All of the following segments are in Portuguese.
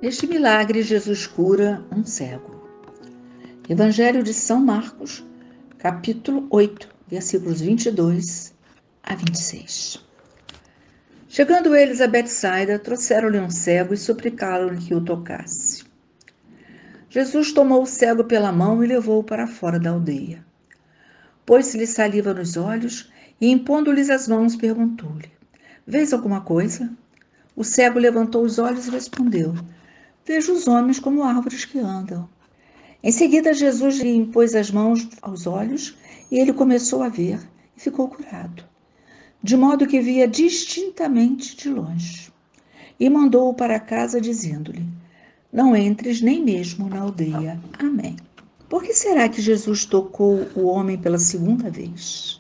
Neste milagre, Jesus cura um cego. Evangelho de São Marcos, capítulo 8, versículos 22 a 26. Chegando eles a Betsaida, trouxeram-lhe um cego e suplicaram-lhe que o tocasse. Jesus tomou o cego pela mão e levou-o para fora da aldeia. Pôs-lhe saliva nos olhos e, impondo-lhes as mãos, perguntou-lhe: Vês alguma coisa? O cego levantou os olhos e respondeu: Vejo os homens como árvores que andam. Em seguida, Jesus lhe impôs as mãos aos olhos e ele começou a ver e ficou curado, de modo que via distintamente de longe. E mandou-o para casa, dizendo-lhe: Não entres nem mesmo na aldeia. Amém. Por que será que Jesus tocou o homem pela segunda vez?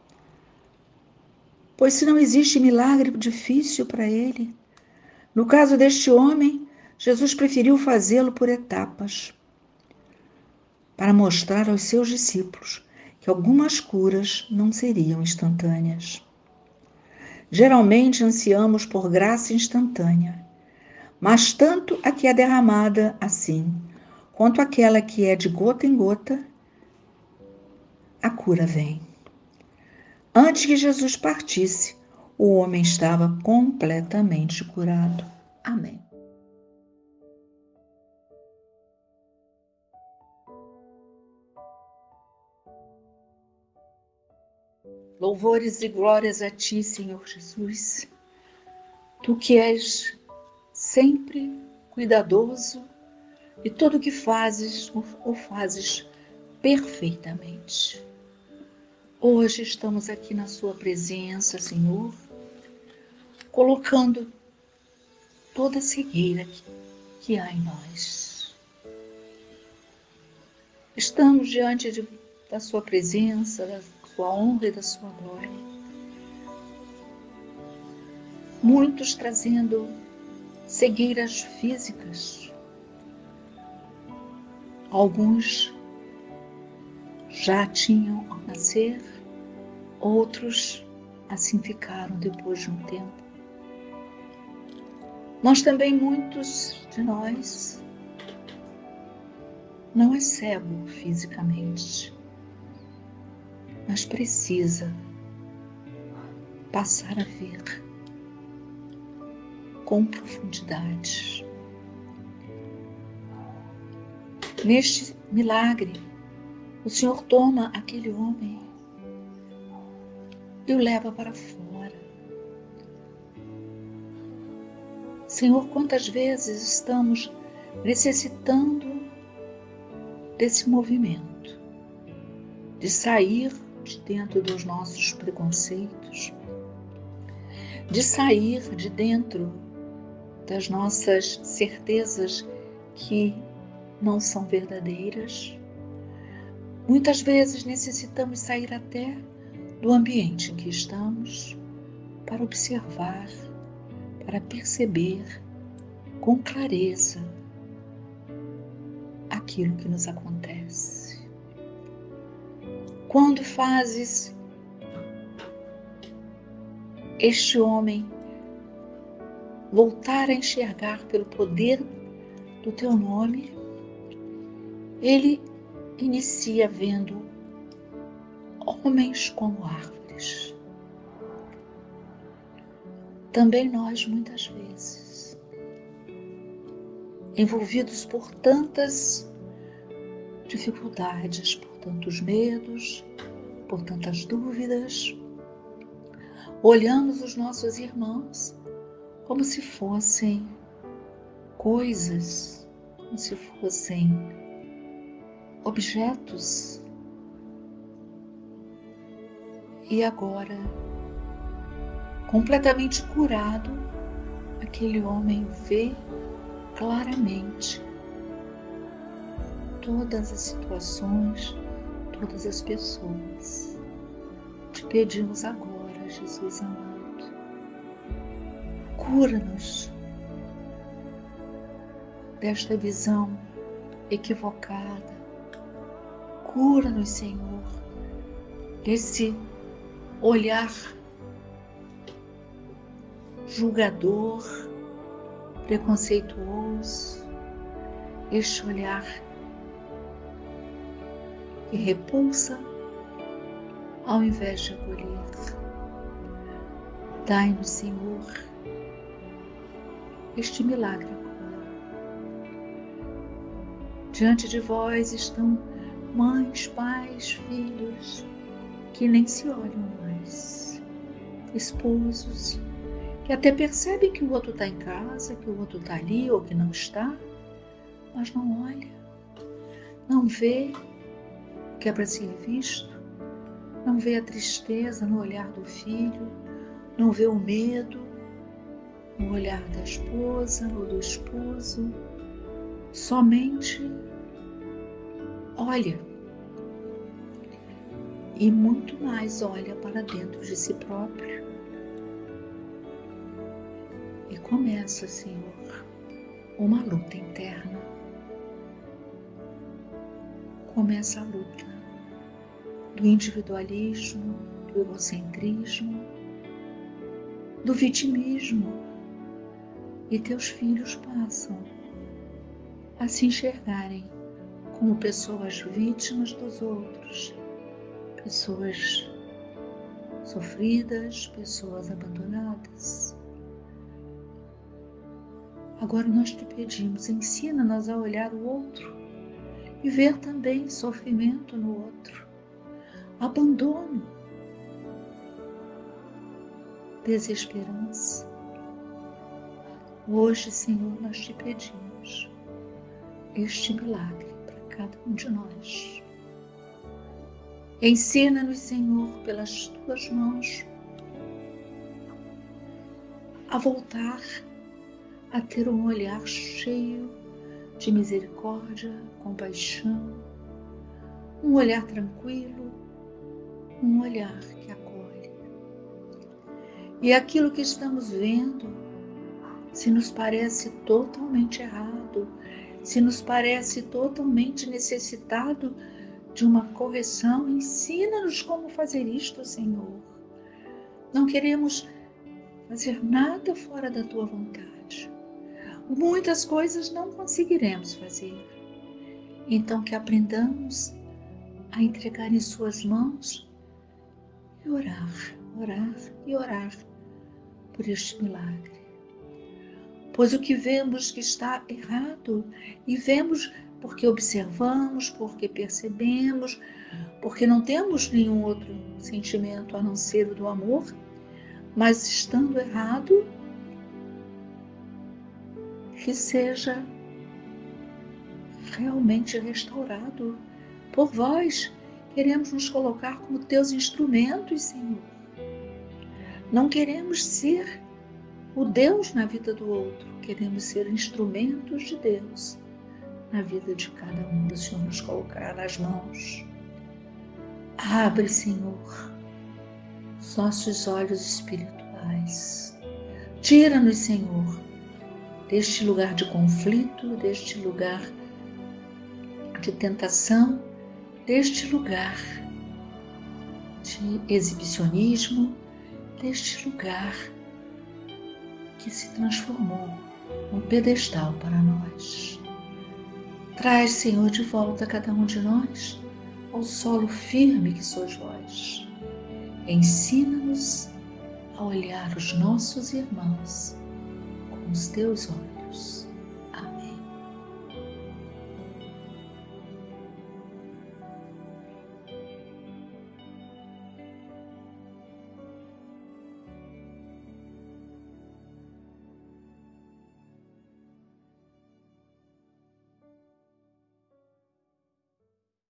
Pois se não existe milagre difícil para ele. No caso deste homem, Jesus preferiu fazê-lo por etapas, para mostrar aos seus discípulos que algumas curas não seriam instantâneas. Geralmente ansiamos por graça instantânea, mas tanto a que é derramada assim, quanto aquela que é de gota em gota, a cura vem. Antes que Jesus partisse, o homem estava completamente curado. Amém. Louvores e glórias a ti, Senhor Jesus. Tu que és sempre cuidadoso e tudo o que fazes, o fazes perfeitamente. Hoje estamos aqui na sua presença, Senhor, colocando toda a cegueira que há em nós. Estamos diante da sua presença, da sua honra e da sua glória. Muitos trazendo cegueiras físicas. Alguns já tinham ao nascer, outros assim ficaram depois de um tempo. Mas também muitos de nós não é cego fisicamente, mas precisa passar a ver com profundidade. Neste milagre, o Senhor toma aquele homem e o leva para fora. Senhor, quantas vezes estamos necessitando desse movimento, de sair de dentro dos nossos preconceitos, de sair de dentro das nossas certezas que não são verdadeiras. Muitas vezes necessitamos sair até do ambiente em que estamos para observar, para perceber com clareza aquilo que nos acontece. Quando fazes este homem voltar a enxergar pelo poder do teu nome, ele inicia vendo homens como árvores. Também nós, muitas vezes, envolvidos por tantas dificuldades, por tantos medos, por tantas dúvidas, olhamos os nossos irmãos como se fossem coisas, como se fossem objetos. E agora, completamente curado, aquele homem vê claramente todas as situações, todas as pessoas. Te pedimos agora, Jesus amado, cura-nos desta visão equivocada. Cura-nos, Senhor, desse olhar julgador preconceituoso, este olhar que repulsa ao invés de acolher. Dai-nos, Senhor, este milagre. Diante de vós estão mães, pais, filhos que nem se olham mais, esposos que até percebem que o outro está em casa, que o outro está ali ou que não está, mas não olha, não vê o que é para ser visto, não vê a tristeza no olhar do filho, não vê o medo no olhar da esposa ou do esposo, somente olha e muito mais olha para dentro de si próprio. E começa, Senhor, uma luta interna. Começa a luta do individualismo, do egocentrismo, do vitimismo. E teus filhos passam a se enxergarem como pessoas vítimas dos outros, pessoas sofridas, pessoas abandonadas. Agora nós te pedimos, ensina-nos a olhar o outro e ver também sofrimento no outro, abandono, desesperança. Hoje, Senhor, nós te pedimos este milagre para cada um de nós. Ensina-nos, Senhor, pelas tuas mãos, a voltar a ter um olhar cheio de misericórdia, compaixão, um olhar tranquilo, um olhar que acolhe. E aquilo que estamos vendo, se nos parece totalmente errado, se nos parece totalmente necessitado de uma correção, ensina-nos como fazer isto, Senhor. Não queremos fazer nada fora da tua vontade. Muitas coisas não conseguiremos fazer. Então que aprendamos a entregar em suas mãos e orar, orar e orar por este milagre. Pois o que vemos que está errado, e vemos porque observamos, porque percebemos, porque não temos nenhum outro sentimento a não ser o do amor, mas estando errado, que seja realmente restaurado por vós. Queremos nos colocar como teus instrumentos, Senhor. Não queremos ser o Deus na vida do outro, queremos ser instrumentos de Deus na vida de cada um. O Senhor nos colocará nas mãos. Abre, Senhor, os nossos olhos espirituais. Tira-nos, Senhor, deste lugar de conflito, deste lugar de tentação, deste lugar de exibicionismo, deste lugar que se transformou num pedestal para nós. Traz, Senhor, de volta cada um de nós ao solo firme que sois vós. Ensina-nos a olhar os nossos irmãos com os teus olhos.